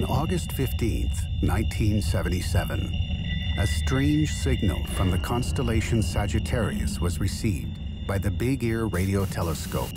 August 15th, 1977, a strange signal from the constellation Sagittarius was received by the Big Ear radio telescope.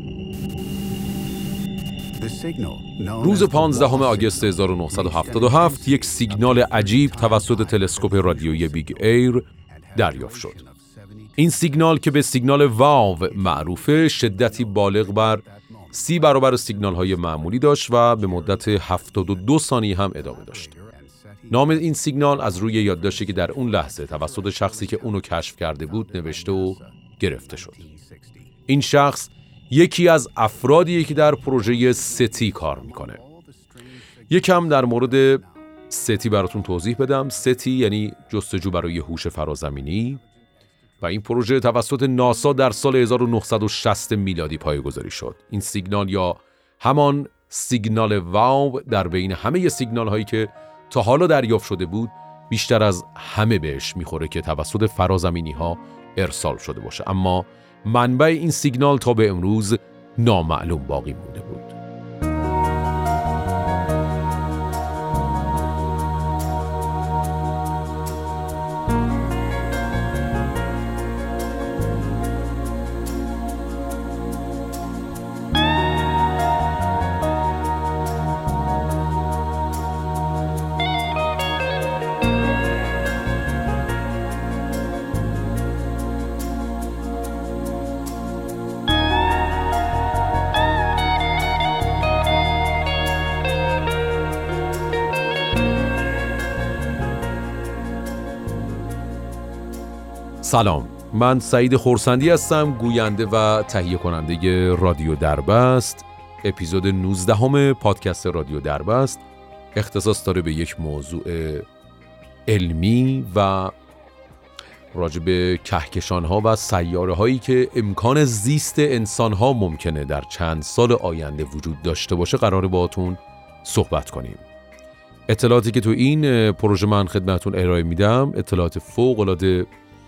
روز 15 آگوست 1977 یک سیگنال عجیب توسط تلسکوپ رادیویی بیگ ایر دریافت شد. این سیگنال که به سیگنال واو معروفه، شدتی بالغ بر 30 برابر سیگنال‌های معمولی داشت و به مدت 72 ثانیه هم ادامه داشت. نام این سیگنال از روی یادداشتی که در اون لحظه توسط شخصی که اونو کشف کرده بود نوشته و گرفته شد. این شخص یکی از افرادیه که در پروژه ستی کار میکنه. یکم در مورد ستی براتون توضیح بدم. ستی یعنی جستجو برای هوش فرازمینی و این پروژه توسط ناسا در سال 1960 میلادی پایه‌گذاری شد. این سیگنال یا همان سیگنال واو در بین همه سیگنال هایی که تا حالا دریافت شده بود بیشتر از همه بهش میخوره که توسط فرازمینی ها ارسال شده باشه، اما منبع این سیگنال تا به امروز نامعلوم باقی مونده بود. سلام، من سعید خورسندی هستم، گوینده و تهیه کننده رادیو دربست. اپیزود 19 پادکست رادیو دربست اختصاص داره به یک موضوع علمی و راجع به کهکشان‌ها و سیاره‌هایی که امکان زیست انسان‌ها ممکنه در چند سال آینده وجود داشته باشه قراره باهاتون صحبت کنیم. اطلاعاتی که تو این پروژه من خدمتتون ارائه میدم اطلاعات فوق‌العاده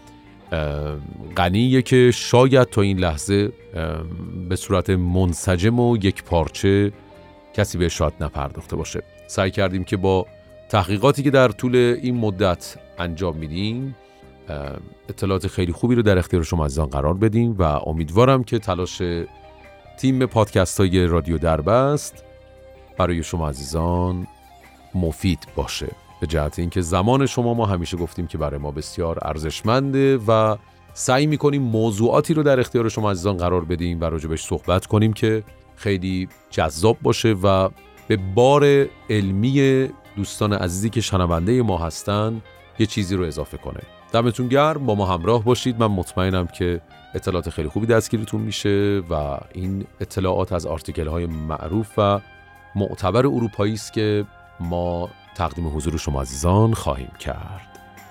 غنیه که شاید تا این لحظه به صورت منسجم و یک پارچه کسی به شاید نپرداخته باشه. سعی کردیم که با تحقیقاتی که در طول این مدت انجام میدیم اطلاعات خیلی خوبی رو در اختیار شما عزیزان قرار بدیم و امیدوارم که تلاش تیم پادکست های رادیو دربست برای شما عزیزان مفید باشه، به جهت اینکه زمان شما ما همیشه گفتیم که برای ما بسیار ارزشمنده و سعی میکنیم موضوعاتی رو در اختیار شما عزیزان قرار بدیم و راجبش صحبت کنیم که خیلی جذاب باشه و به بار علمی دوستان عزیزی که شنونده ما هستن یه چیزی رو اضافه کنه. دمتون گرم، با ما همراه باشید. من مطمئنم که اطلاعات خیلی خوبی دستگیرتون میشه و این اطلاعات از آرتیکل های معروف و معتبر اروپایی است که ما تقدیم حضور شما عزیزان خواهیم کرد.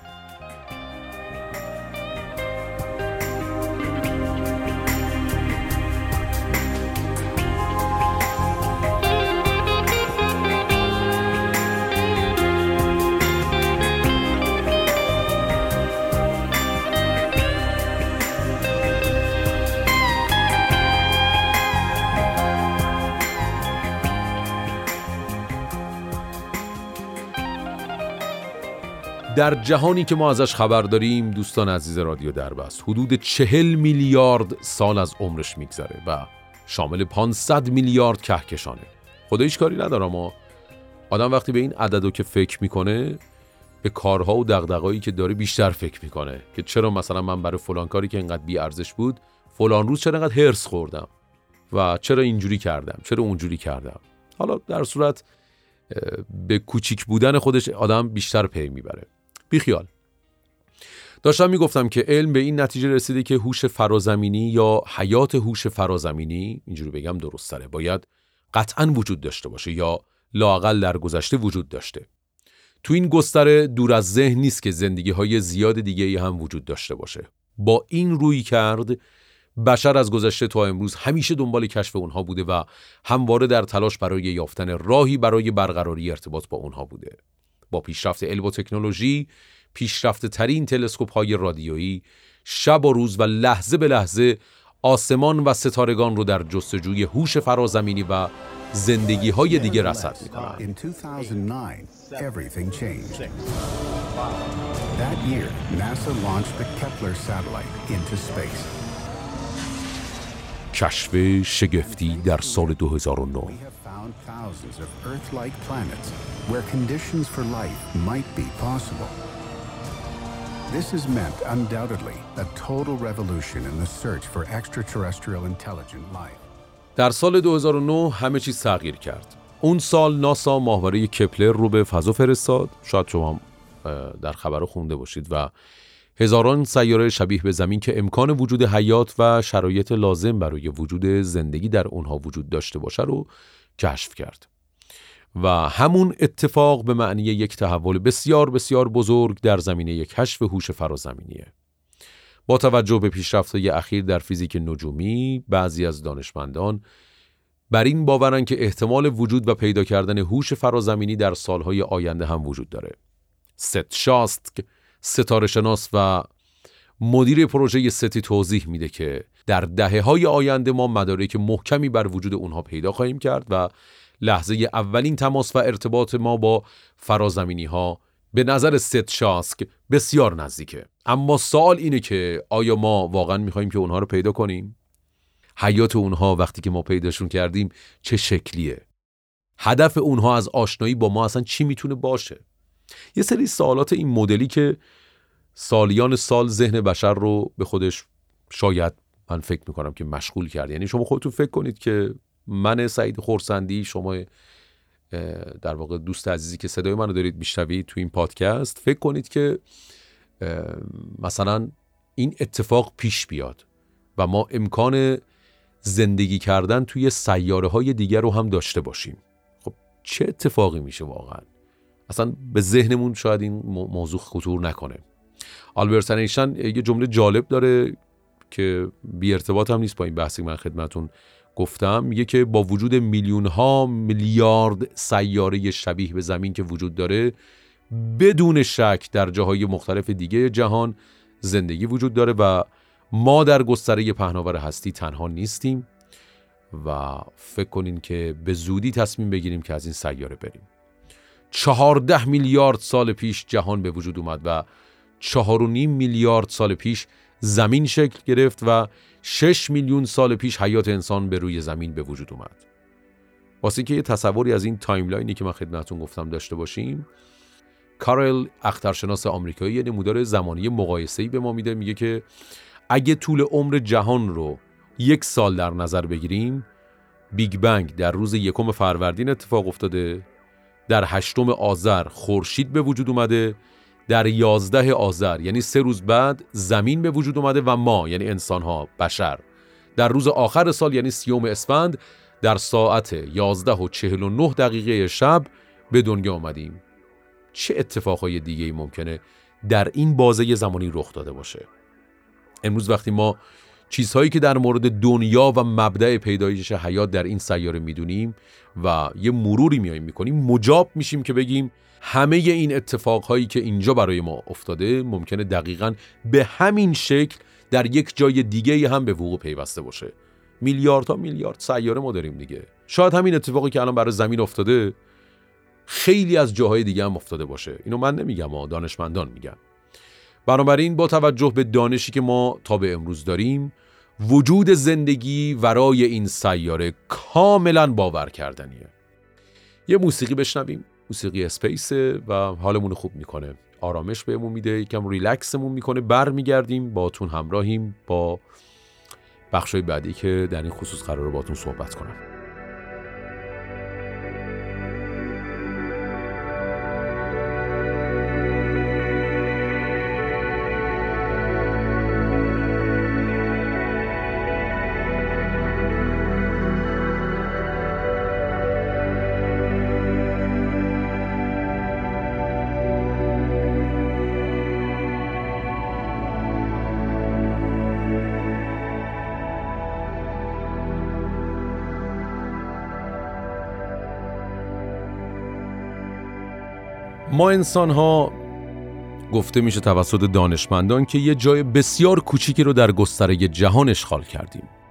در جهانی که ما ازش خبر داریم دوستان عزیز رادیو دربست، حدود 40 میلیارد سال از عمرش میگذره و شامل 500 میلیارد کهکشانه. خدا هیچ کاری نداره، ما آدم وقتی به این عددو که فکر میکنه به کارها و دغدغه‌ای که داره بیشتر فکر میکنه که چرا مثلا من برای فلان کاری که اینقدر بی ارزش بود فلان روز چرا اینقدر هرس خوردم و چرا اینجوری کردم، چرا اونجوری کردم. حالا در صورت به کوچیک بودن خودش آدم بیشتر پی میبره. بیخیال. داشتم میگفتم که علم به این نتیجه رسیده که هوش فرازمینی یا حیات هوش فرازمینی، اینجوری بگم درست تره، باید قطعاً وجود داشته باشه یا لااقل در گذشته وجود داشته. تو این گستره دور از ذهن نیست که زندگی‌های زیاد دیگه‌ای هم وجود داشته باشه. با این روی کرد بشر از گذشته تا امروز همیشه دنبال کشف اونها بوده و همواره در تلاش برای یافتن راهی برای برقراری ارتباط با اونها بوده. با پیشرفت علم و تکنولوژی، پیشرفت ترین تلسکوپ‌های رادیویی، شب و روز و لحظه به لحظه آسمان و ستارگان رو در جستجوی هوش فرازمینی و زندگی‌های دیگه رصد می‌کنند. In 2009, everything changed. That year, NASA launched the Kepler satellite into space. کشف شگفتی در سال 2009. We have found thousands of Earth-like planets where conditions for life might be possible. This has meant undoubtedly a total revolution in the search for extraterrestrial intelligent life. در سال 2009 همه چیز تغییر کرد. اون سال ناسا ماهواره کپلر رو به فضا فرستاد. شاید شما هم در خبر خونده باشید و هزاران سیاره شبیه به زمین که امکان وجود حیات و شرایط لازم برای وجود زندگی در اونها وجود داشته باشه رو کشف کرد. و همون اتفاق به معنی یک تحول بسیار بسیار بزرگ در زمینه کشف هوش فرازمینیه. با توجه به پیشرفت‌های اخیر در فیزیک نجومی، بعضی از دانشمندان بر این باورن که احتمال وجود و پیدا کردن هوش فرازمینی در سالهای آینده هم وجود داره. ست شاستک، ستاره‌شناس و مدیر پروژه ستی توضیح میده که در دهه‌های آینده ما مدارک محکمی بر وجود اونها پیدا خواهیم کرد و لحظه اولین تماس و ارتباط ما با فرازمینی‌ها به نظر ست شاستک بسیار نزدیکه. اما سوال اینه که آیا ما واقعا می‌خوایم که اونها رو پیدا کنیم؟ حیات اونها وقتی که ما پیداشون کردیم چه شکلیه؟ هدف اونها از آشنایی با ما اصلا چی میتونه باشه؟ یه سری سوالات این مدلی که سالیان سال ذهن بشر رو به خودش شاید من فکر میکنم که مشغول کرد. یعنی شما خودتون فکر کنید که من سعید خورسندی، شما در واقع دوست عزیزی که صدای منو دارید میشنوید تو این پادکست، فکر کنید که مثلا این اتفاق پیش بیاد و ما امکان زندگی کردن توی سیاره‌های دیگر رو هم داشته باشیم. خب چه اتفاقی میشه واقعا؟ اصلا به ذهنمون شاید این موضوع خطور نکنه. آلبرت اینشتین یه جمله جالب داره که بی ارتباط هم نیست با این بحثی که من خدمتون گفتم. میگه که با وجود میلیون ها میلیارد سیاره شبیه به زمین که وجود داره، بدون شک در جاهای مختلف دیگه جهان زندگی وجود داره و ما در گستره پهناور هستی تنها نیستیم و فکر کنین که به زودی تصمیم بگیریم که از این سیاره بریم. 14 میلیارد سال پیش جهان به وجود اومد و 4.5 میلیارد سال پیش زمین شکل گرفت و 6 میلیون سال پیش حیات انسان به روی زمین به وجود اومد. واسه که یه تصوری از این تایملاینی که من خدمتتون گفتم داشته باشیم، کارل، اخترشناس آمریکایی، یه نمودار زمانی مقایسه‌ای به ما میده. میگه که اگه طول عمر جهان رو 1 سال در نظر بگیریم، بیگ بنگ در روز 1 فروردین اتفاق افتاده، در 8 آذر خورشید به وجود اومده، در 11 آذر یعنی 3 روز بعد زمین به وجود اومده و ما یعنی انسان‌ها، بشر، در روز آخر سال یعنی 30 اسفند در ساعت 11:49 شب به دنیا اومدیم. چه اتفاقهای دیگه‌ای ممکنه در این بازه زمانی رخ داده باشه؟ امروز وقتی ما چیزهایی که در مورد دنیا و مبدأ پیدایش حیات در این سیاره میدونیم و یه مروری میکنیم، مجاب میشیم که بگیم همه این اتفاقهایی که اینجا برای ما افتاده ممکنه دقیقاً به همین شکل در یک جای دیگه هم به وقوع پیوسته باشه. میلیاردها میلیارد سیاره ما داریم دیگه. شاید همین اتفاقی که الان برای زمین افتاده خیلی از جاهای دیگه هم افتاده باشه. اینو من نمیگم، دانشمندان میگن. بنابراین با توجه به دانشی که ما تا به امروز داریم، وجود زندگی ورای این سیاره کاملا باور کردنیه. یه موسیقی بشنویم، موسیقی اسپیس و حالمون خوب میکنه، آرامش بهمون میده، یکم ریلکسمون میکنه. برمیگردیم باتون همراهیم با بخشای بعدی که در این خصوص قراره باتون صحبت کنم. ما انسان‌ها گفته میشه توسط دانشمندان که یه جای بسیار کوچیکی رو در گستره جهان اشغال کردیم.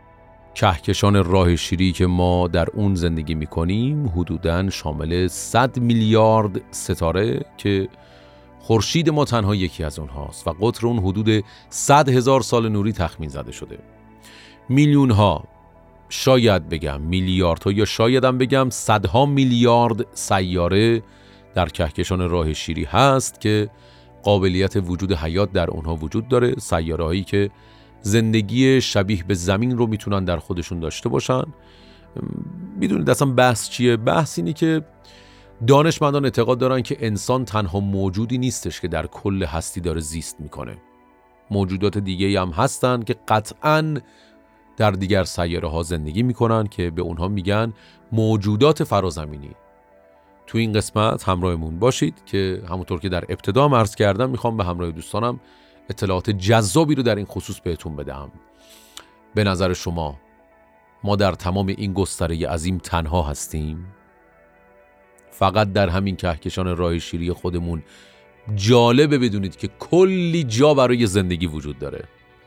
کهکشان راه شیری که ما در اون زندگی میکنیم حدوداً شامل 100 میلیارد ستاره که خورشید ما تنها یکی از اونهاست و قطر اون حدود 100,000 سال نوری تخمین زده شده. میلیون ها، شاید بگم میلیاردها، یا شایدم بگم صدها میلیارد سیاره در کهکشان راه شیری هست که قابلیت وجود حیات در اونها وجود داره. سیاره هایی که زندگی شبیه به زمین رو میتونن در خودشون داشته باشن. میدونید اصلا بحث چیه؟ بحث اینی که دانشمندان اعتقاد دارن که انسان تنها موجودی نیستش که در کل هستی داره زیست میکنه. موجودات دیگه هم هستن که قطعاً در دیگر سیاره ها زندگی میکنن که به اونها میگن موجودات فرازمینی. تو این قسمت همراهمون باشید که همونطور که در ابتدا عرض کردم میخوام به همراه دوستانم اطلاعات جذابی رو در این خصوص بهتون بدم. به نظر شما ما در تمام این گستره عظیم تنها هستیم؟ فقط در همین کهکشان راه شیری خودمون جالبه بدونید که کلی جا برای زندگی وجود داره.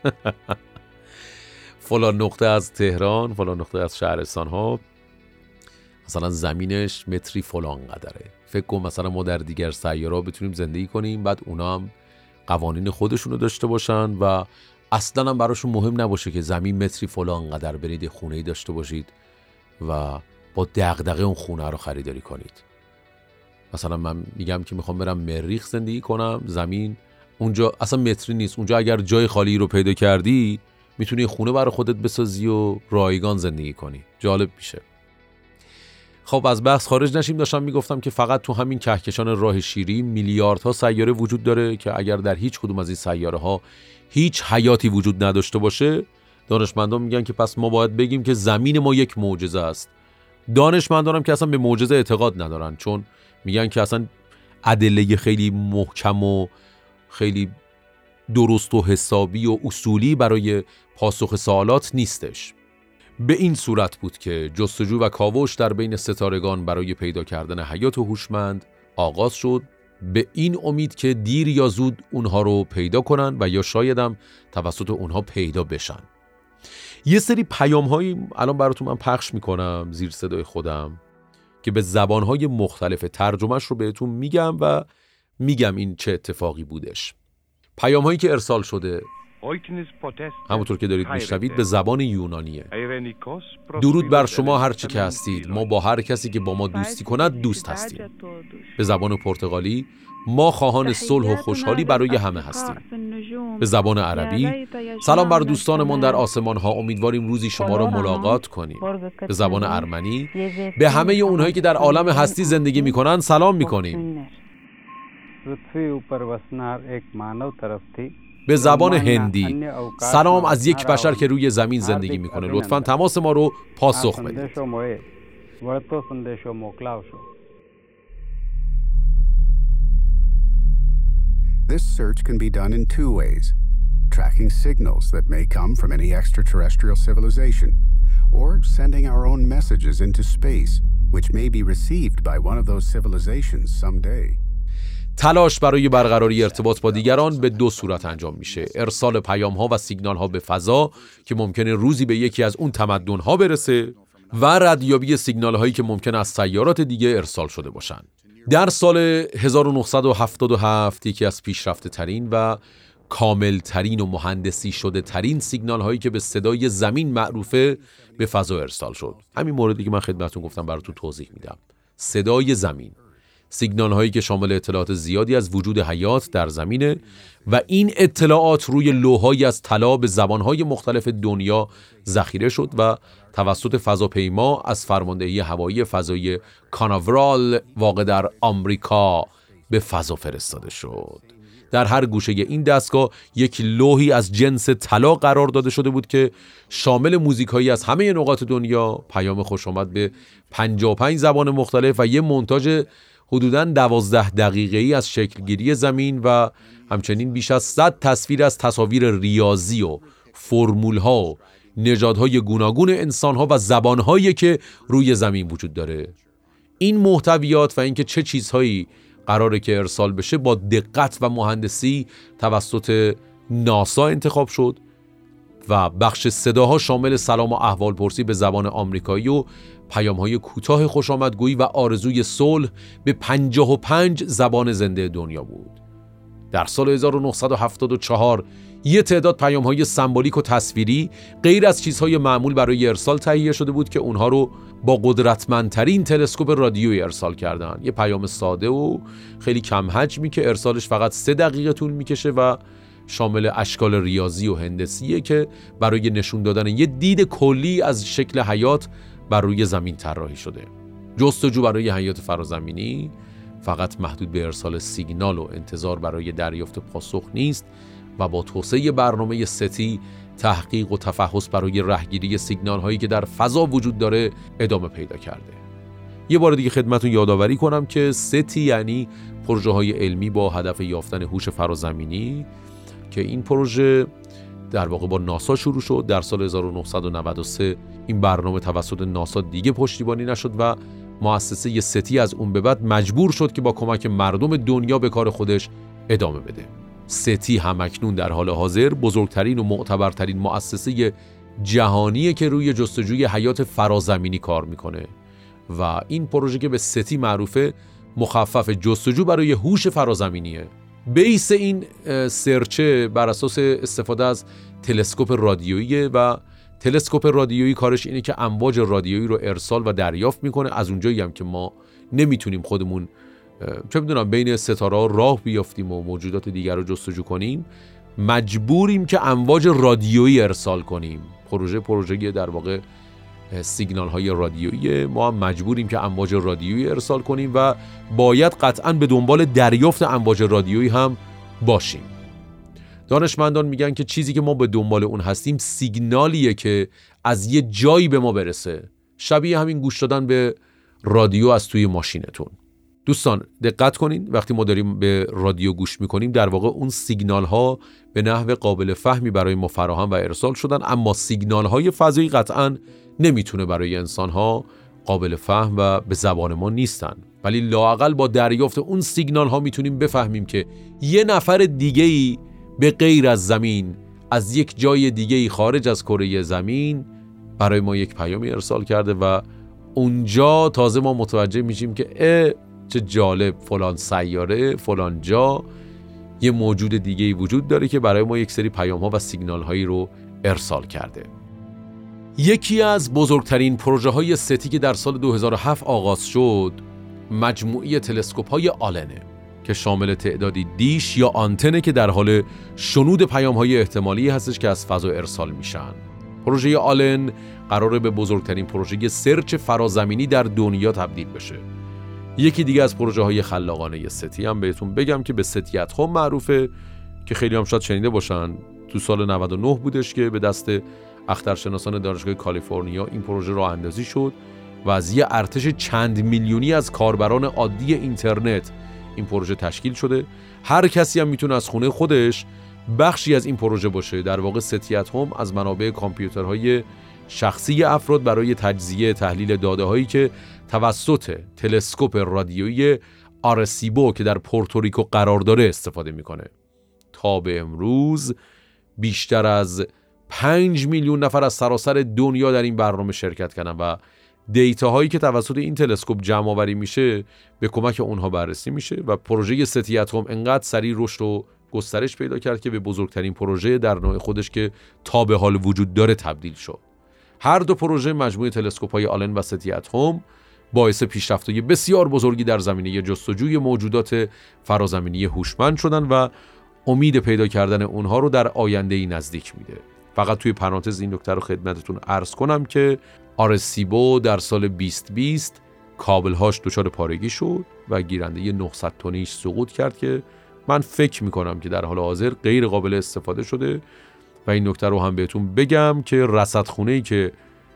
فلان نقطه از تهران، فلان نقطه از شهرستان ها مثلا زمینش متری فلان قدره. فکر کن مثلا ما در دیگر سیاره بتونیم زندگی کنیم، بعد اونا هم قوانین خودشونو داشته باشن و اصلا هم براشون مهم نباشه که زمین متری فلان قدر، برید خونه‌ای داشته باشید و با دغدغه اون خونه رو خریداری کنید. مثلا من میگم که میخوام برم مریخ زندگی کنم، زمین اونجا اصلا متری نیست، اونجا اگر جای خالی رو پیدا کردی میتونی خونه برای خودت بسازی و رایگان زندگی کنی. جالب میشه. خب از بحث خارج نشیم. داشتم میگفتم که فقط تو همین کهکشان راه شیری میلیاردها سیاره وجود داره که اگر در هیچ کدوم از این سیاره ها هیچ حیاتی وجود نداشته باشه، دانشمندان میگن که پس ما باید بگیم که زمین ما یک معجزه است. دانشمندان هم که اصلا به معجزه اعتقاد ندارن، چون میگن که اصلا ادله خیلی محکم و خیلی درست و حسابی و اصولی برای پاسخ سوالات نیستش. به این صورت بود که جستجو و کاوش در بین ستارگان برای پیدا کردن حیات هوشمند آغاز شد، به این امید که دیر یا زود اونها رو پیدا کنن و یا شایدم توسط اونها پیدا بشن. یه سری پیام‌هایی الان براتون من پخش میکنم زیر صدای خودم که به زبان‌های مختلف ترجمهش رو بهتون میگم و میگم این چه اتفاقی بودش. پیام‌هایی که ارسال شده همونطور که دارید میشنوید به زبان یونانیه. درود بر شما هرچی که هستید، ما با هر کسی که با ما دوستی کند دوست هستیم. به زبان پرتغالی ما خواهان صلح و خوشحالی برای همه هستیم. به زبان عربی سلام بر دوستانمان در آسمان ها، امیدواریم روزی شما را ملاقات کنیم. به زبان ارمنی به همه اونهایی که در عالم هستی زندگی میکنن سلام میکنیم. به زبان هندی سلام از یک بشر که روی زمین زندگی میکنه، لطفاً تماس ما رو پاسخ بدید. This search can be done in two ways: tracking signals that may come from any extraterrestrial civilization, or sending our own messages into space, which may be received by one of those civilizations someday. تلاش برای برقراری ارتباط با دیگران به دو صورت انجام میشه: ارسال پیام‌ها و سیگنال‌ها به فضا که ممکنه روزی به یکی از اون تمدن‌ها برسه، و ردیابی سیگنال‌هایی که ممکنه از سیارات دیگه ارسال شده باشن. در سال 1977 یکی از پیشرفته ترین و کامل ترین و مهندسی شده ترین سیگنال هایی که به صدای زمین معروفه به فضا ارسال شد. همین موردی که من خدمتتون گفتم براتون توضیح میدم. صدای زمین، سیگنال هایی که شامل اطلاعات زیادی از وجود حیات در زمینه و این اطلاعات روی لوحهایی از طلا به زبانهای مختلف دنیا ذخیره شد و توسط فضاپیما از فرماندهی هوایی فضایی کاناورال واقع در آمریکا به فضا فرستاده شد. در هر گوشه این دستگاه یک لوحی از جنس طلا قرار داده شده بود که شامل موزیکایی از همه نقاط دنیا، پیام خوش آمد به 55 زبان مختلف و یه مونتاژ حدوداً 12 دقیقه‌ای از شکلگیری زمین و همچنین بیش از 100 تصویر از تصاویر ریاضی و فرمول‌ها و نژادهای گوناگون انسان‌ها و زبان‌هایی که روی زمین وجود داره. این محتویات و اینکه چه چیزهایی قراره که ارسال بشه با دقت و مهندسی توسط ناسا انتخاب شد. و بخش صداها شامل سلام و احوالپرسی به زبان آمریکایی و پیام‌های کوتاه خوشامدگویی و آرزوی صلح به 55 زبان زنده دنیا بود. در سال 1974 یه تعداد پیام‌های سمبولیک و تصویری غیر از چیزهای معمول برای ارسال تهیه شده بود که اونها رو با قدرتمندترین تلسکوپ رادیویی ارسال کردن. یه پیام ساده و خیلی کم حجمی که ارسالش فقط 3 دقیقه طول میکشه و شامل اشکال ریاضی و هندسیه که برای نشون دادن یه دید کلی از شکل حیات بر روی زمین طراحی شده. جستجو برای حیات فرازمینی فقط محدود به ارسال سیگنال و انتظار برای دریافت پاسخ نیست و با توسعه برنامه ستی تحقیق و تفحص برای رهگیری سیگنال هایی که در فضا وجود داره ادامه پیدا کرده. یه بار دیگه خدمتتون یادآوری کنم که ستی یعنی پروژه های علمی با هدف یافتن هوش فرازمینی که این پروژه در واقع با ناسا شروع شد. در سال 1993 این برنامه توسط ناسا دیگه پشتیبانی نشد و مؤسسه ستی از اون به بعد مجبور شد که با کمک مردم دنیا به کار خودش ادامه بده. ستی همکنون در حال حاضر بزرگترین و معتبرترین مؤسسه جهانیه که روی جستجوی حیات فرازمینی کار میکنه و این پروژه که به ستی معروفه مخفف جستجو برای هوش فرازمینیه. بیس این سرچه بر اساس استفاده از تلسکوپ رادیویی و تلسکوپ رادیویی کارش اینه که امواج رادیویی رو ارسال و دریافت میکنه. از اونجایی هم که ما نمیتونیم خودمون چه میدونم بین ستاره‌ها راه بیافتیم و موجودات دیگر رو جستجو کنیم، مجبوریم که امواج رادیویی ارسال کنیم. پروژه در واقع سیگنال های رادیویی، ما هم مجبوریم که امواج رادیویی ارسال کنیم و باید قطعاً به دنبال دریافت امواج رادیویی هم باشیم. دانشمندان میگن که چیزی که ما به دنبال اون هستیم سیگنالیه که از یه جایی به ما برسه، شبیه همین گوش دادن به رادیو از توی ماشینتون. دوستان دقت کنین، وقتی ما داریم به رادیو گوش میکنیم در واقع اون سیگنال ها به نحو قابل فهمی برای ما فراهم و ارسال شدن، اما سیگنال های فضایی قطعاً نمیتونه برای انسان ها قابل فهم و به زبان ما نیستن، ولی لااقل با دریافت اون سیگنال ها میتونیم بفهمیم که یه نفر دیگه‌ای به غیر از زمین از یک جای دیگه‌ای خارج از کره زمین برای ما یک پیامی ارسال کرده و اونجا تازه ما متوجه میشیم که چه جالب، فلان سیاره فلان جا یه موجود دیگه‌ای وجود داره که برای ما یک سری پیام‌ها و سیگنال‌هایی رو ارسال کرده. یکی از بزرگترین پروژه‌های ستی که در سال 2007 آغاز شد مجموعه تلسکوپ‌های آلنه که شامل تعدادی دیش یا آنتنه که در حال شنود پیام‌های احتمالی هستش که از فضا ارسال میشن. پروژه آلن قراره به بزرگترین پروژه سرچ فرازمینی در دنیا تبدیل بشه. یکی دیگه از پروژه‌های خلاقانه ستی هم بهتون بگم که به ستی اتم معروفه که خیلی هم شاید شنیده باشن. تو سال 99 بودش که به دست اخترشناسان دانشگاه کالیفرنیا این پروژه راه اندازی شد و از یه ارتش چند میلیونی از کاربران عادی اینترنت این پروژه تشکیل شده. هر کسی هم میتونه از خونه خودش بخشی از این پروژه باشه. در واقع ستی اتم از منابع کامپیوترهای شخصی افراد برای تجزیه تحلیل داده‌هایی که توسط تلسکوپ رادیویی آرسیبو که در پورتوریکو قرار داره استفاده میکنه. تا به امروز بیشتر از 5 میلیون نفر از سراسر دنیا در این برنامه شرکت کردن و دیتاهایی که توسط این تلسکوپ جمع آوری میشه به کمک اونها بررسی میشه و پروژه ستی اتم انقدر سریع رشد و گسترش پیدا کرد که به بزرگترین پروژه در نوع خودش که تا به حال وجود داره تبدیل شد. هر دو پروژه مجموعه تلسکوپ‌های آلن و ستی اتم باعث پیشرفت‌های بسیار بزرگی در زمینه جستجوی موجودات فرازمینی هوشمند شدن و امید پیدا کردن اونها رو در آینده‌ای نزدیک میده. فقط توی پرانتز این نکته رو خدمتتون عرض کنم که آرسیبو در سال 2020 کابل‌هاش دچار پارگی شد و گیرنده 900 تنیش سقوط کرد که من فکر می‌کنم که در حال حاضر غیر قابل استفاده شده. و این نکته رو هم بهتون بگم که رصدخونه‌ای که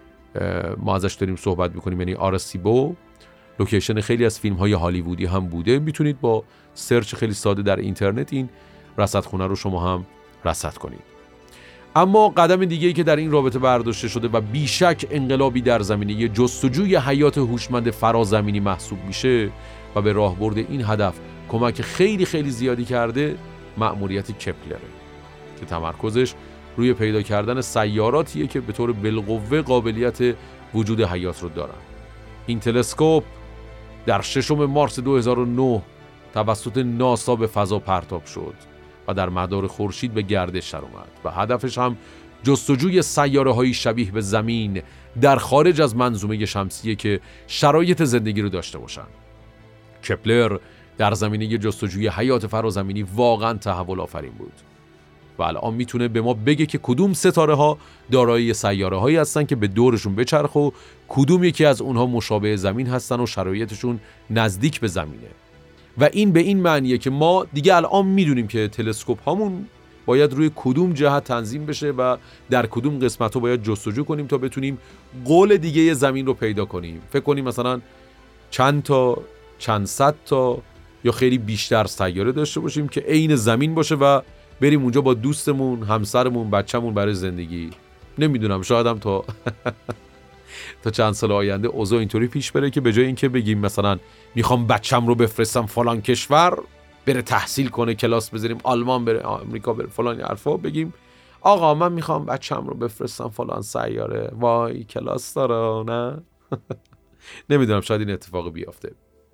ما ازش داریم صحبت می‌کنیم یعنی آرسیبو لوکیشن خیلی از فیلم‌های هالیوودی هم بوده. میتونید با سرچ خیلی ساده در اینترنت این رصدخونه رو شما هم رصد کنید. اما قدم دیگه‌ای که در این رابطه برداشته شده و بیشک انقلابی در زمینه جستجوی حیات هوشمند فرازمینی محسوب میشه و به راهبرد این هدف کمک خیلی خیلی زیادی کرده، مأموریت کپلره که تمرکزش روی پیدا کردن سیاراتیه که به طور بالقوه قابلیت وجود حیات رو دارن. این تلسکوپ در 6 مارس 2009 توسط ناسا به فضا پرتاب شد و در مدار خورشید به گردش درآمد و هدفش هم جستجوی سیاره‌های شبیه به زمین در خارج از منظومه شمسیه که شرایط زندگی رو داشته باشن. کپلر در زمینه جستجوی حیات فرازمینی واقعاً تحول آفرین بود و الان میتونه به ما بگه که کدوم ستاره ها دارای سیاره هایی هستن که به دورشون بچرخه و کدوم یکی از اونها مشابه زمین هستن و شرایطشون نزدیک به زمینه. و این به این معنیه که ما دیگه الان میدونیم که تلسکوپ هامون باید روی کدوم جهت تنظیم بشه و در کدوم قسمت ها باید جستجو کنیم تا بتونیم قول دیگه زمین رو پیدا کنیم. فکر کنیم مثلا چند صد تا یا خیلی بیشتر سیاره داشته باشیم که عین زمین باشه و بریم اونجا با دوستمون، همسرمون، بچه‌مون برای زندگی. نمیدونم، شاید هم تا چند سال آینده اوضاع اینطوری پیش بره که به جای اینکه بگیم مثلا میخوام بچم رو بفرستم فلان کشور بره تحصیل کنه، کلاس بذاریم آلمان بره، آمریکا بره، فلان حرفا، بگیم آقا من میخوام بچم رو بفرستم فلان سیاره، وای کلاس داره. نه نمیدونم، شاید این اتفاق بیفته.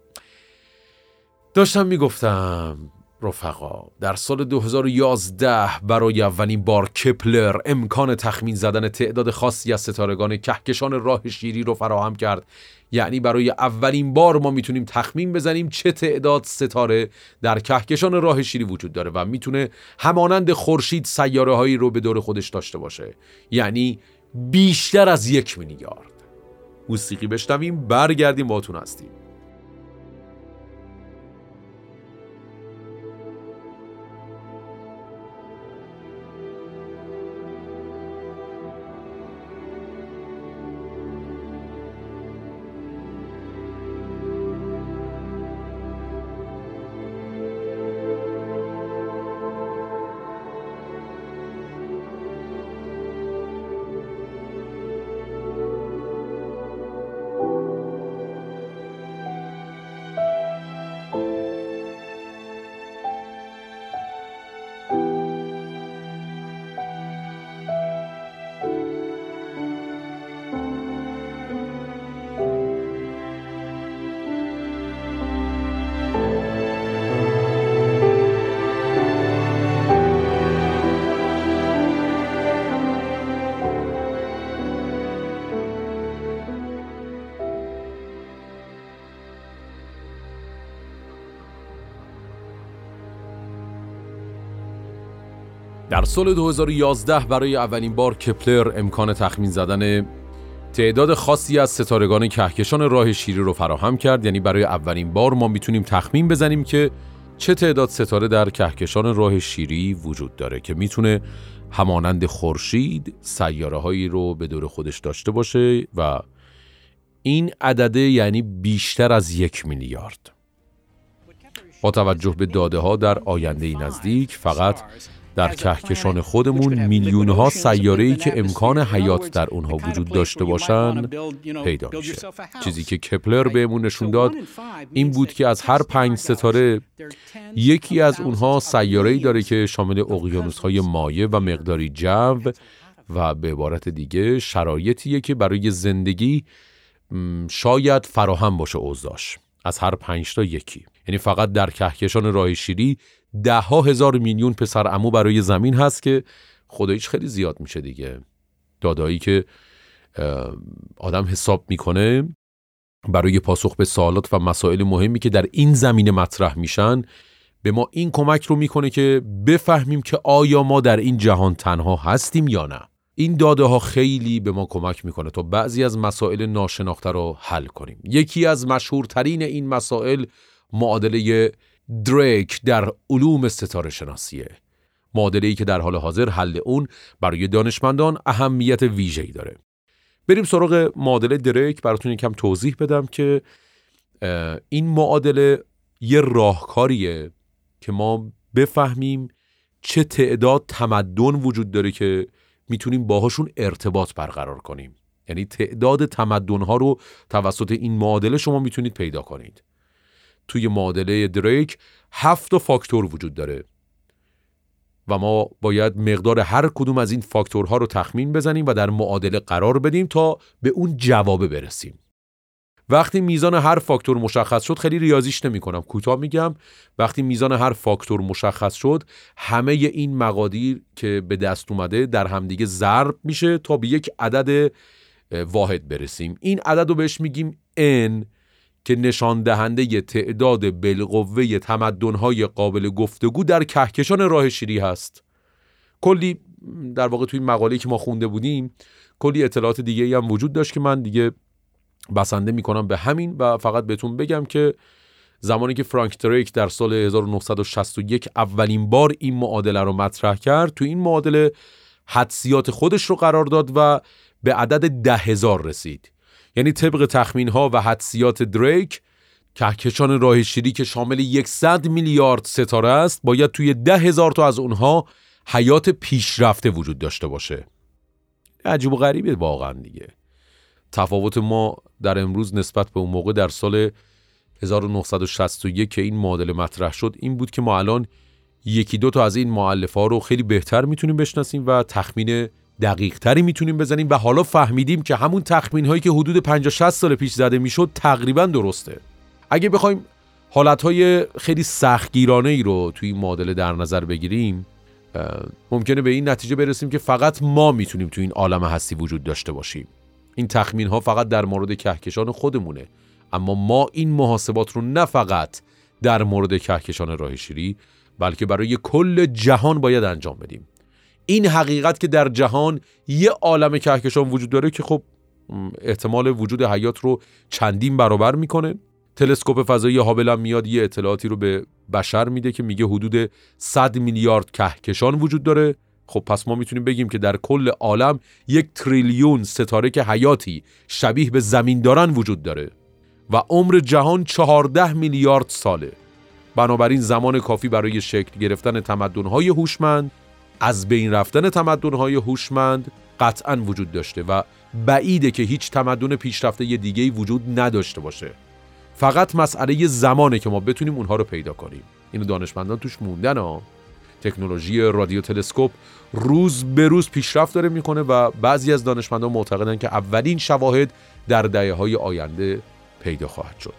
داشتم میگفتم رفقا، در سال 2011 برای اولین بار کپلر امکان تخمین زدن تعداد خاصی از ستارگان کهکشان راه شیری رو فراهم کرد. یعنی برای اولین بار ما میتونیم تخمین بزنیم چه تعداد ستاره در کهکشان راه شیری وجود داره و میتونه همانند خورشید سیاره هایی رو به دور خودش داشته باشه، یعنی بیشتر از 1 میلیارد. موسیقی بشنویم، برگردیم باهاتون هستیم. در سال 2011 برای اولین بار کپلر امکان تخمین زدن تعداد خاصی از ستارگان کهکشان راه شیری رو فراهم کرد. یعنی برای اولین بار ما میتونیم تخمین بزنیم که چه تعداد ستاره در کهکشان راه شیری وجود داره که میتونه همانند خورشید سیاره هایی رو به دور خودش داشته باشه و این عدده یعنی بیشتر از 1 میلیارد. با توجه به داده ها در آینده نزدیک فقط در کهکشان خودمون میلیون ها سیاره‌ای که امکان حیات در اونها وجود داشته باشن پیدا میشه. چیزی که کپلر بهمون نشون داد این بود که از هر 5 ستاره یکی از اونها سیاره‌ای داره که شامل اقیانوس‌های مایع و مقداری جو و به عبارت دیگه شرایطیه که برای زندگی شاید فراهم باشه اوضاعش. از هر 5 تا یکی. یعنی فقط در کهکشان راه شیری 10,000 میلیون پسر عمو برای زمین هست که خداییش خیلی زیاد میشه دیگه. دادایی که آدم حساب میکنه برای پاسخ به سوالات و مسائل مهمی که در این زمینه مطرح میشن به ما این کمک رو میکنه که بفهمیم که آیا ما در این جهان تنها هستیم یا نه. این داده ها خیلی به ما کمک میکنه تا بعضی از مسائل ناشناخته رو حل کنیم. یکی از مشهورترین این مسائل معادله دریک در علوم ستاره شناسیه. معادله‌ای که در حال حاضر حل اون برای دانشمندان اهمیت ویژه‌ای داره. بریم سراغ معادله دریک. براتون یکم توضیح بدم که این معادله یه راهکاریه که ما بفهمیم چه تعداد تمدن وجود داره که میتونیم باهاشون ارتباط برقرار کنیم. یعنی تعداد تمدن‌ها رو توسط این معادله شما میتونید پیدا کنید. توی معادله دریک 7 فاکتور وجود داره. و ما باید مقدار هر کدوم از این فاکتورها رو تخمین بزنیم و در معادله قرار بدیم تا به اون جواب برسیم. وقتی میزان هر فاکتور مشخص شد، خیلی ریاضیش نمی‌کنم، کوتاه میگم، وقتی میزان هر فاکتور مشخص شد، همه این مقادیر که به دست اومده در همدیگه ضرب میشه تا به یک عدد واحد برسیم. این عدد رو بهش میگیم n که نشان دهنده تعداد بالقوه تمدن‌های قابل گفتگو در کهکشان راه شیری هست. کلی در واقع توی این مقاله‌ای که ما خونده بودیم کلی اطلاعات دیگه‌ای هم وجود داشت که من دیگه بسنده میکنم به همین و فقط بهتون بگم که زمانی که فرانک دریک در سال 1961 اولین بار این معادله رو مطرح کرد، تو این معادله حدسیات خودش رو قرار داد و به عدد 10,000 رسید. یعنی طبق تخمین‌ها و حدسیات دریک، کهکشان راه شیری که شامل 100 میلیارد ستاره است، باید توی 10,000 تا از اونها حیات پیشرفته وجود داشته باشه. عجیب و غریبه واقعا دیگه. تفاوت ما در امروز نسبت به اون موقع در سال 1961 که این معادله مطرح شد این بود که ما الان یکی دو تا از این مؤلفه‌ها رو خیلی بهتر میتونیم بشناسیم و تخمین دقیق تری میتونیم بزنیم و حالا فهمیدیم که همون تخمین هایی که حدود 50-60 سال پیش زده میشد تقریبا درسته. اگه بخوایم حالتهای خیلی سختگیرانه ای رو توی این معادله در نظر بگیریم، ممکنه به این نتیجه برسیم که فقط ما میتونیم توی این عالم هستی وجود داشته باشیم. این تخمین ها فقط در مورد کهکشان خودمونه، اما ما این محاسبات رو نه فقط در مورد کهکشان راه شیری بلکه برای کل جهان باید انجام بدیم. این حقیقت که در جهان یه عالم کهکشان وجود داره که خب احتمال وجود حیات رو چندین برابر میکنه. تلسکوپ فضایی هابل هم میاد یه اطلاعاتی رو به بشر میده که میگه حدود 100 میلیارد کهکشان وجود داره. خب پس ما میتونیم بگیم که در کل عالم 1 تریلیون ستاره که حیاتی شبیه به زمین دارن وجود داره و عمر جهان 14 میلیارد ساله. بنابراین زمان کافی برای شکل گرفتن تمدن‌های هوشمند، از بین رفتن تمدن‌های هوشمند قطعاً وجود داشته و بعیده که هیچ تمدن پیشرفته دیگه‌ای وجود نداشته باشه. فقط مسئله زمانه که ما بتونیم اونها رو پیدا کنیم. اینو دانشمندان توش موندن ها. تکنولوژی رادیو تلسکوپ روز به روز پیشرفت داره میکنه و بعضی از دانشمندان معتقدن که اولین شواهد در دهه‌های آینده پیدا خواهد شد.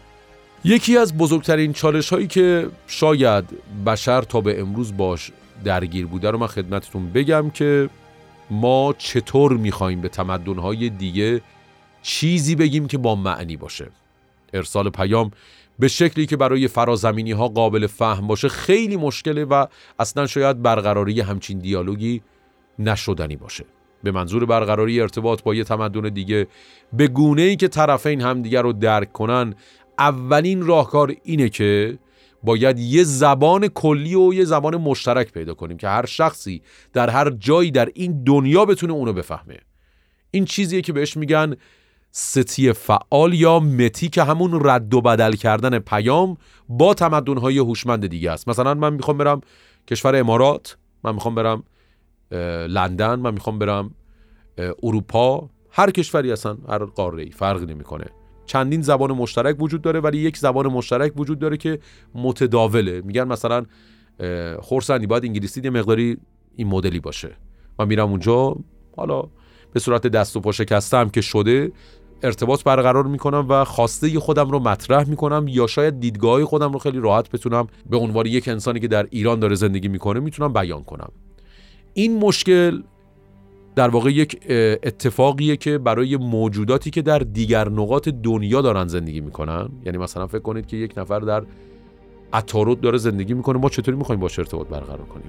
یکی از بزرگترین چالش‌هایی که شاید بشر تا به امروز باش درگیر بوده رو من خدمتتون بگم که ما چطور می‌خوایم به تمدن‌های دیگه چیزی بگیم که با معنی باشه. ارسال پیام به شکلی که برای فرازمینی‌ها قابل فهم باشه خیلی مشکله و اصلا شاید برقراری همچین دیالوگی نشدنی باشه. به منظور برقراری ارتباط با یه تمدن دیگه به گونه‌ای که طرفین همدیگر رو درک کنن، اولین راهکار اینه که باید یه زبان کلی و یه زبان مشترک پیدا کنیم که هر شخصی در هر جایی در این دنیا بتونه اونو بفهمه. این چیزیه که بهش میگن ستی فعال یا متی که همون رد و بدل کردن پیام با تمدن‌های هوشمند دیگه است. مثلا من میخوام برم کشور امارات، من میخوام برم لندن، من میخوام برم اروپا، هر کشوری اصلا هر قاره‌ای فرقی نمیکنه. چندین زبان مشترک وجود داره ولی یک زبان مشترک وجود داره که متداوله. میگن مثلا خرسندی باید انگلیسی یه مقداری این مدلی باشه. من میرم اونجا، حالا به صورت دست و پا شکسته هم که شده ارتباط برقرار میکنم و خواسته خودم رو مطرح میکنم یا شاید دیدگاه خودم رو خیلی راحت بتونم به عنوان یک انسانی که در ایران داره زندگی میکنه میتونم بیان کنم. این مشکل در واقع یک اتفاقیه که برای موجوداتی که در دیگر نقاط دنیا دارن زندگی میکنن، یعنی مثلا فکر کنید که یک نفر در عطارد داره زندگی میکنه، ما چطوری میخوایم باشه ارتباط برقرار کنیم؟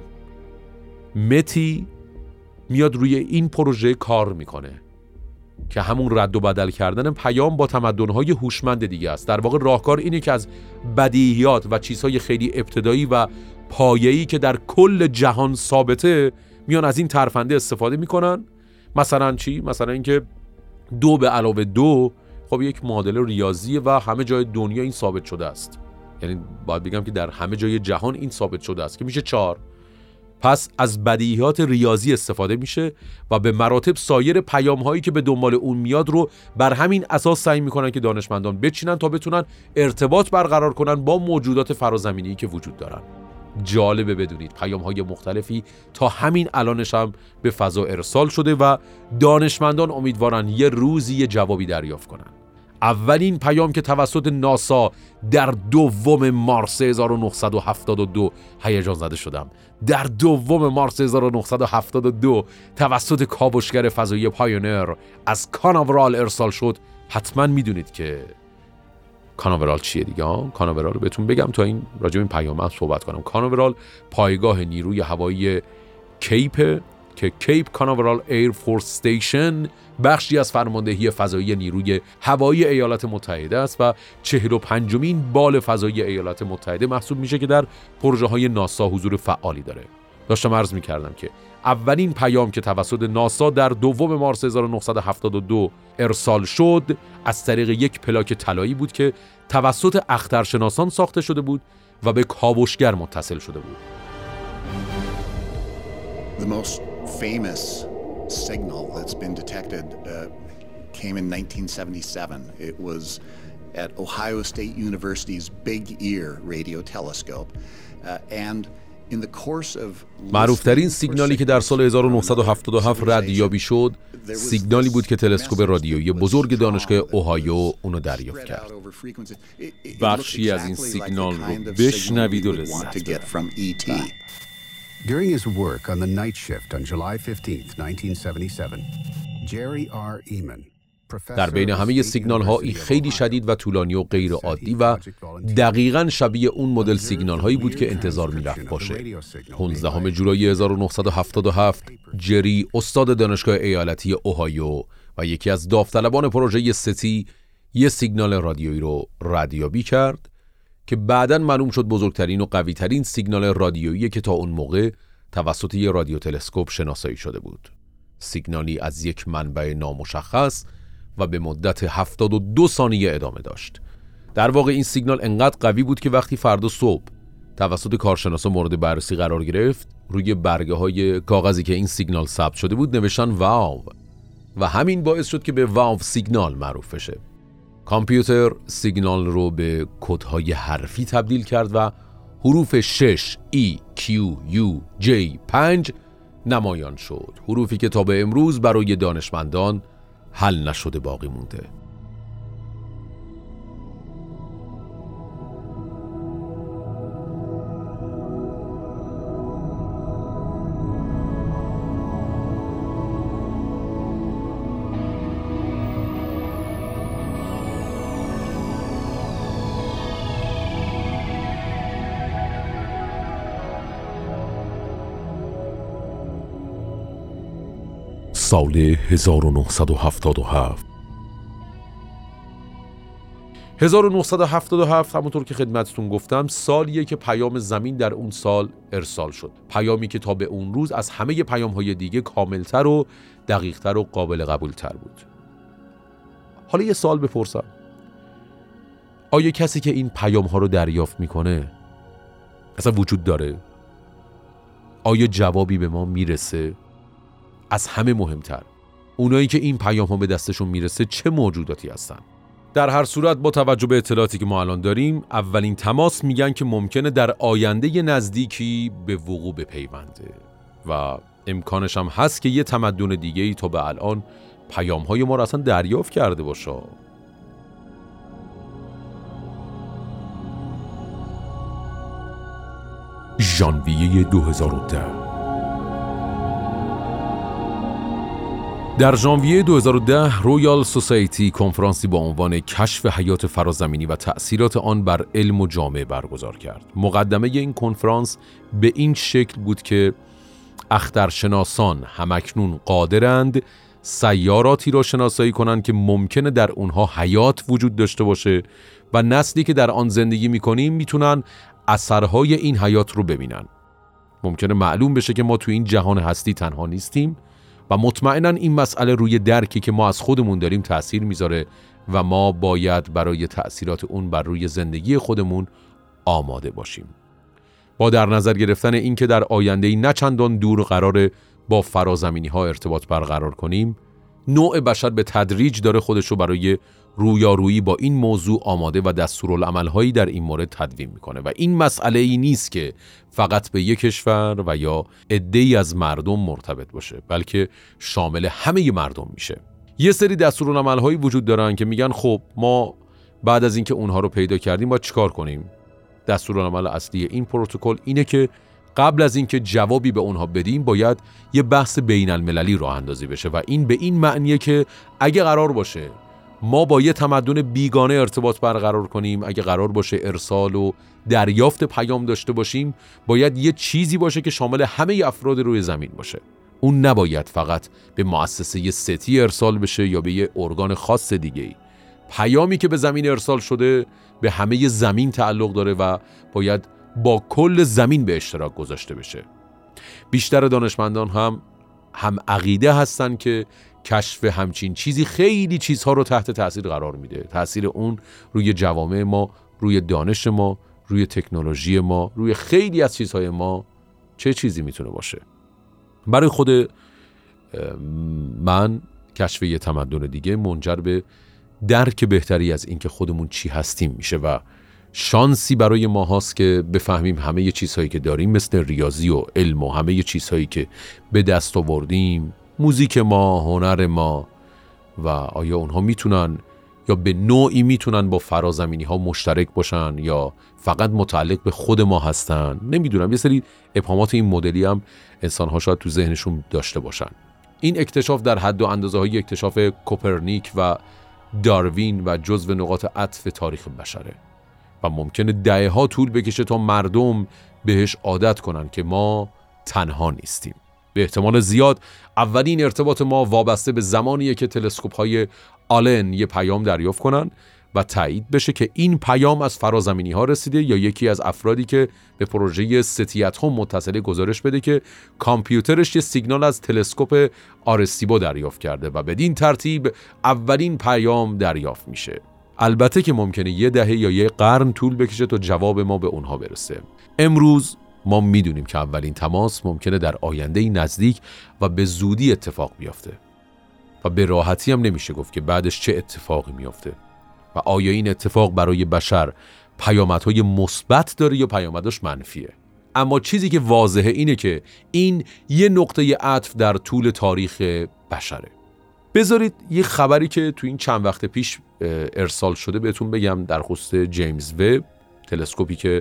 متی میاد روی این پروژه کار میکنه که همون رد و بدل کردن پیام با تمدن‌های هوشمند دیگه است. در واقع راهکار اینه که از بدیهیات و چیزهای خیلی ابتدایی و پایه‌ای که در کل جهان ثابته میان از این ترفنده استفاده میکنن. مثلا چی؟ مثلا اینکه 2 به علاوه 2 خب یک معادله ریاضیه و همه جای دنیا این ثابت شده است. یعنی باید بگم که در همه جای جهان این ثابت شده است که میشه 4. پس از بدیهیات ریاضی استفاده میشه و به مراتب سایر پیام‌هایی که به دنبال اون میاد رو بر همین اساس سعی میکنن که دانشمندان بچینن تا بتونن ارتباط برقرار کنن با موجودات فرازمینی که وجود دارن. جالبه بدونید پیام‌های مختلفی تا همین الانش هم به فضا ارسال شده و دانشمندان امیدوارن یه روزی یه جوابی دریافت کنن. اولین پیام که توسط ناسا در 2 مارس 1972 هیجان زده شدم. در 2 مارس 1972 توسط کاوشگر فضایی پایونر از کاناورال ارسال شد. حتما میدونید که کاناورال چیه دیگه. کاناورال رو بهتون بگم تا این راجع به این پیام صحبت کنم. کاناورال پایگاه نیروی هوایی کیپ که کیپ کاناورال ایر فورس استیشن بخشی از فرماندهی فضایی نیروی هوایی ایالات متحده است و 45مین بال فضایی ایالات متحده محسوب میشه که در پروژه‌های ناسا حضور فعالی داره. داشتم عرض می‌کردم که اولین پیام که توسط ناسا در 2 مارس 1972 ارسال شد از طریق یک پلاک طلایی بود که توسط اخترشناسان ساخته شده بود و به کاوشگر متصل شده بود. The most famous signal that's been detected came in 1977. It was at Ohio State University's Big Ear radio telescope and in the course of معروفترین سیگنالی که در سال 1977 ردیابی شد سیگنالی بود که تلسکوپ رادیویی بزرگ دانشگاه اوهایو اونو دریافت کرد. بخشی از این سیگنال رو بشنوید و لذت ببرید. During his work on the night shift on July 15th, 1977, Jerry R. Eman, در بین همه سیگنال هایی خیلی شدید و طولانی و غیر عادی و دقیقاً شبیه اون مدل سیگنال هایی بود که انتظار می‌رفت باشه. 15 جولای 1977 جری استاد دانشگاه ایالتی اوهایو و یکی از داوطلبان پروژه ستی یه سیگنال رادیویی رو ردیابی کرد که بعداً معلوم شد بزرگترین و قوی‌ترین سیگنال رادیویی که تا اون موقع توسط یه رادیو تلسکوپ شناسایی شده بود. سیگنالی از یک منبع نامشخص و به مدت 72 ثانیه ادامه داشت. در واقع این سیگنال انقدر قوی بود که وقتی فردا صبح توسط کارشناسا مورد بررسی قرار گرفت، روی برگه‌های کاغذی که این سیگنال ثبت شده بود نوشتن واو و همین باعث شد که به واو سیگنال معروف بشه. کامپیوتر سیگنال رو به کدهای حرفی تبدیل کرد و حروف 6 E Q U J 5 نمایان شد. حروفی که تا به امروز برای دانشمندان حل نشده باقی مونده. سال 1977 همونطور که خدمتتون گفتم سالیه که پیام زمین در اون سال ارسال شد. پیامی که تا به اون روز از همه پیام‌های دیگه کاملتر و دقیقتر و قابل قبولتر بود. حالا یه سوال بپرسم. آیا کسی که این پیام‌ها رو دریافت میکنه اصلا وجود داره؟ آیا جوابی به ما میرسه؟ از همه مهمتر اونایی که این پیام ها به دستشون میرسه چه موجوداتی هستن؟ در هر صورت با توجه به اطلاعاتی که ما الان داریم اولین تماس میگن که ممکنه در آینده نزدیکی به وقوع بپیونده و امکانش هم هست که یه تمدن دیگه‌ای تا به الان پیام های ما رو اصلا دریافت کرده باشه. ژانویه 2010 در ژانویه 2010 رویال سوسایتی کنفرانسی با عنوان کشف حیات فرازمینی و تأثیرات آن بر علم و جامعه برگزار کرد. مقدمه این کنفرانس به این شکل بود که اخترشناسان همکنون قادرند سیاراتی را شناسایی کنند که ممکنه در اونها حیات وجود داشته باشه و نسلی که در آن زندگی میکنیم میتونن اثرهای این حیات رو ببینن. ممکنه معلوم بشه که ما تو این جهان هستی تنها نیستیم و مطمئناً این مسئله روی درکی که ما از خودمون داریم تأثیر میذاره و ما باید برای تأثیرات اون بر روی زندگی خودمون آماده باشیم. با در نظر گرفتن این که در آینده‌ای نه چندان دور قراره با فرازمینی ها ارتباط برقرار کنیم، نوع بشر به تدریج داره خودش رو برای رویارویی با این موضوع آماده و دستورالعمل‌هایی در این مورد تدوین میکنه و این مسئله ای نیست که فقط به یک کشور و یا عده‌ای از مردم مرتبط باشه، بلکه شامل همه مردم میشه. یه سری دستورالعمل‌هایی وجود دارن که میگن خب ما بعد از اینکه اونها رو پیدا کردیم باید چیکار کنیم؟ دستورالعمل اصلی این پروتکل اینه که قبل از اینکه جوابی به اونها بدیم باید یه بحث بین المللی راه اندازی بشه و این به این معنیه که اگه قرار باشه ما با یه تمدن بیگانه ارتباط برقرار کنیم، اگه قرار باشه ارسال و دریافت پیام داشته باشیم، باید یه چیزی باشه که شامل همه افراد روی زمین باشه. اون نباید فقط به مؤسسه ستی ارسال بشه یا به یه ارگان خاص دیگه‌ای. پیامی که به زمین ارسال شده به همه زمین تعلق داره و باید با کل زمین به اشتراک گذاشته بشه. بیشتر دانشمندان هم عقیده هستن که کشف همچین چیزی خیلی چیزها رو تحت تأثیر قرار میده. تأثیر اون روی جوامع ما، روی دانش ما، روی تکنولوژی ما، روی خیلی از چیزهای ما چه چیزی میتونه باشه. برای خود من کشف یه تمدن دیگه منجر به درک بهتری از اینکه خودمون چی هستیم میشه و شانسی برای ما هاست که بفهمیم همه ی چیزهایی که داریم مثل ریاضی و علم و همه ی چیزهایی که به دست آوردیم، موزیک ما، هنر ما، و آیا اونها میتونن یا به نوعی میتونن با فرازمینی ها مشترک باشن یا فقط متعلق به خود ما هستن. نمیدونم، یه سری ابهامات این مدلی هم انسان ها شاید تو ذهنشون داشته باشن. این اکتشاف در حد و اندازه های اکتشاف کوپرنیک و داروین و جزو نقاط عطف تاریخ بشره و ممکنه دهه‌ها طول بکشه تا مردم بهش عادت کنن که ما تنها نیستیم. به احتمال زیاد اولین ارتباط ما وابسته به زمانیه که تلسکوپ‌های آلن یه پیام دریافت کنن و تایید بشه که این پیام از فرازمینی‌ها رسیده یا یکی از افرادی که به پروژه ستیت‌ها متصله گزارش بده که کامپیوترش یه سیگنال از تلسکوپ آرستیبو دریافت کرده و بدین ترتیب اولین پیام دریافت میشه. البته که ممکنه یه دهه یا یه قرن طول بکشه تا جواب ما به اونها برسه. امروز ما میدونیم که اولین تماس ممکنه در آینده نزدیک و به زودی اتفاق بیفته و به راحتی هم نمیشه گفت که بعدش چه اتفاقی میفته و آیا این اتفاق برای بشر پیامدهای مثبت داره یا پیامدش منفیه. اما چیزی که واضحه اینه که این یه نقطه عطف در طول تاریخ بشره. بذارید یه خبری که تو این چند وقت پیش ارسال شده بهتون بگم در خصوص جیمز وب، تلسکوپی که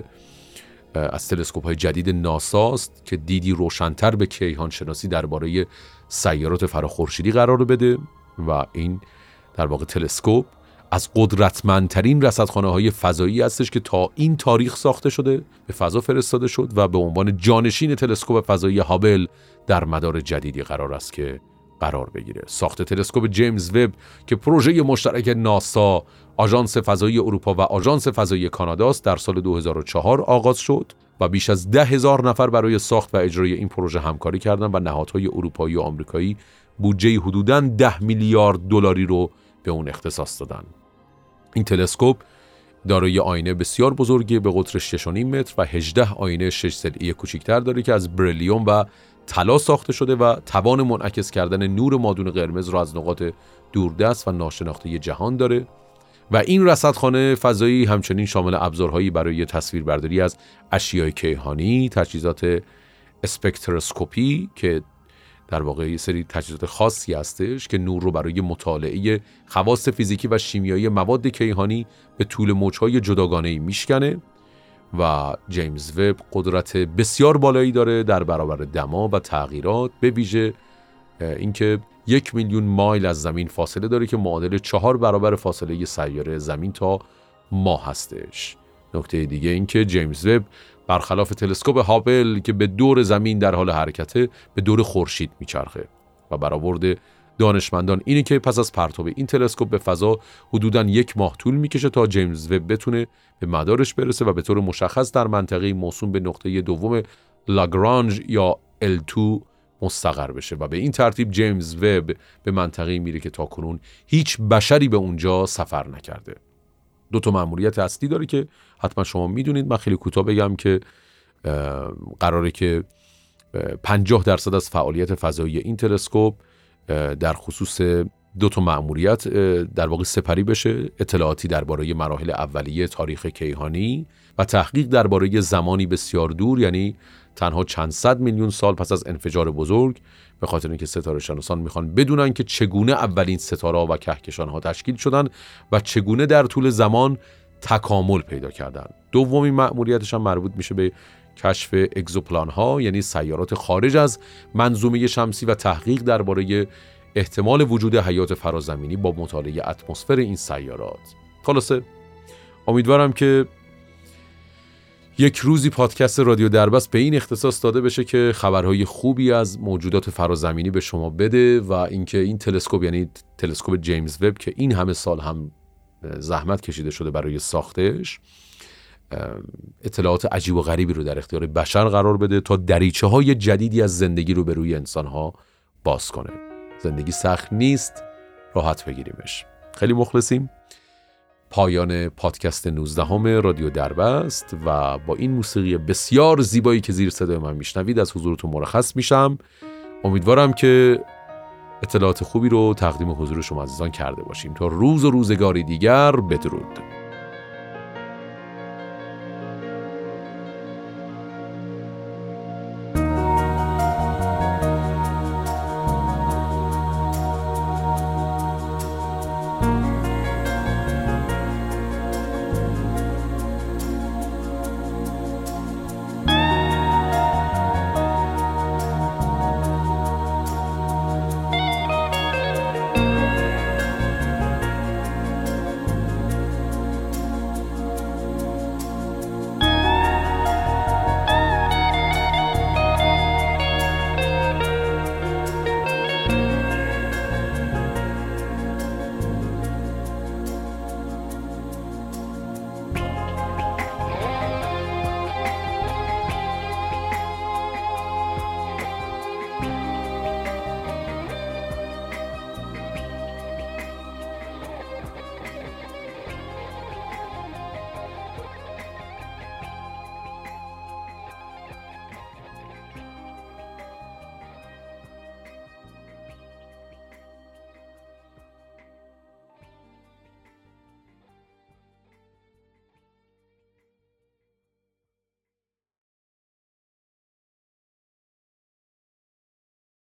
از تلسکوپ‌های جدید ناساست که دیدی روشن‌تر به کیهان شناسی درباره سیارات فراخورشیدی قرار بده و این در واقع تلسکوپ از قدرتمندترین رصدخانه‌های فضایی هستش که تا این تاریخ ساخته شده، به فضا فرستاده شد و به عنوان جانشین تلسکوپ فضایی هابل در مدار جدیدی قرار است که قرار بگیره. ساخت تلسکوپ جیمز وب که پروژه مشترک ناسا، آژانس فضایی اروپا و آژانس فضایی کانادا است، در سال 2004 آغاز شد و بیش از 10,000 نفر برای ساخت و اجرای این پروژه همکاری کردند و نهادهای اروپایی و آمریکایی بودجه حدوداً 10 میلیارد دلاری رو به اون اختصاص دادن. این تلسکوپ دارای آینه بسیار بزرگی به قطر 6.5 متر و 18 آینه 6 ضلعی کوچکتر داره که از بریلیوم و طلا ساخته شده و توان منعکس کردن نور مادون قرمز را از نقاط دوردست و ناشناخته جهان داره و این رصدخانه فضایی همچنین شامل ابزارهایی برای تصویربرداری از اشیاء کیهانی، تجهیزات اسپکتروسکوپی که در واقع یه سری تجهیزات خاصی هستش که نور رو برای مطالعه خواص فیزیکی و شیمیایی مواد کیهانی به طول موج‌های جداگانه‌ای میشکنه و جیمز وب قدرت بسیار بالایی داره در برابر دما و تغییرات، به ویژه اینکه 1 میلیون مایل از زمین فاصله داره که معادل 4 برابر فاصله سیاره زمین تا ماه هستش. نکته دیگه این که جیمز وب برخلاف تلسکوپ هابل که به دور زمین در حال حرکته، به دور خورشید میچرخه و برآورد دانشمندان اینه که پس از پرتاب این تلسکوپ به فضا حدوداً 1 ماه طول میکشه تا جیمز وب بتونه به مدارش برسه و به طور مشخص در منطقه موسوم به نقطه دوم لاگرانژ یا L2 مستقر بشه و به این ترتیب جیمز وب به منطقه‌ای میره که تاکنون هیچ بشری به اونجا سفر نکرده. 2 مأموریت اصلی داره که حتما شما میدونید. من خیلی کوتاه بگم که قراره که 50% از فعالیت فضایی این تلسکوپ در خصوص 2 تا مأموریت در واقع سپری بشه: اطلاعاتی درباره مراحل اولیه تاریخ کیهانی و تحقیق درباره زمانی بسیار دور، یعنی تنها چند صد میلیون سال پس از انفجار بزرگ، به خاطر اینکه ستاره شناسان میخوان بدونن که چگونه اولین ستاره و کهکشان‌ها تشکیل شدن و چگونه در طول زمان تکامل پیدا کردن. دومین مأموریتش هم مربوط میشه به کشف اگزوپلان‌ها، یعنی سیارات خارج از منظومه شمسی و تحقیق درباره احتمال وجود حیات فرازمینی با مطالعه اتمسفر این سیارات. خلاصه امیدوارم که یک روزی پادکست رادیو دربست به این اختصاص داده بشه که خبرهای خوبی از موجودات فرازمینی به شما بده و اینکه این تلسکوپ، یعنی تلسکوپ جیمز وب که این همه سال هم زحمت کشیده شده برای ساختش، اطلاعات عجیب و غریبی رو در اختیار بشر قرار بده تا دریچه‌های جدیدی از زندگی رو به روی انسان‌ها باز کنه. زندگی سخت نیست، راحت بگیریمش. خیلی مخلصیم. پایان پادکست 19 رادیو دربست و با این موسیقی بسیار زیبایی که زیر صدای من میشنوید از حضورتون مرخص میشم. امیدوارم که اطلاعات خوبی رو تقدیم حضور شما عزیزان کرده باشیم. تا روز و روزگاری دیگر، بدرود.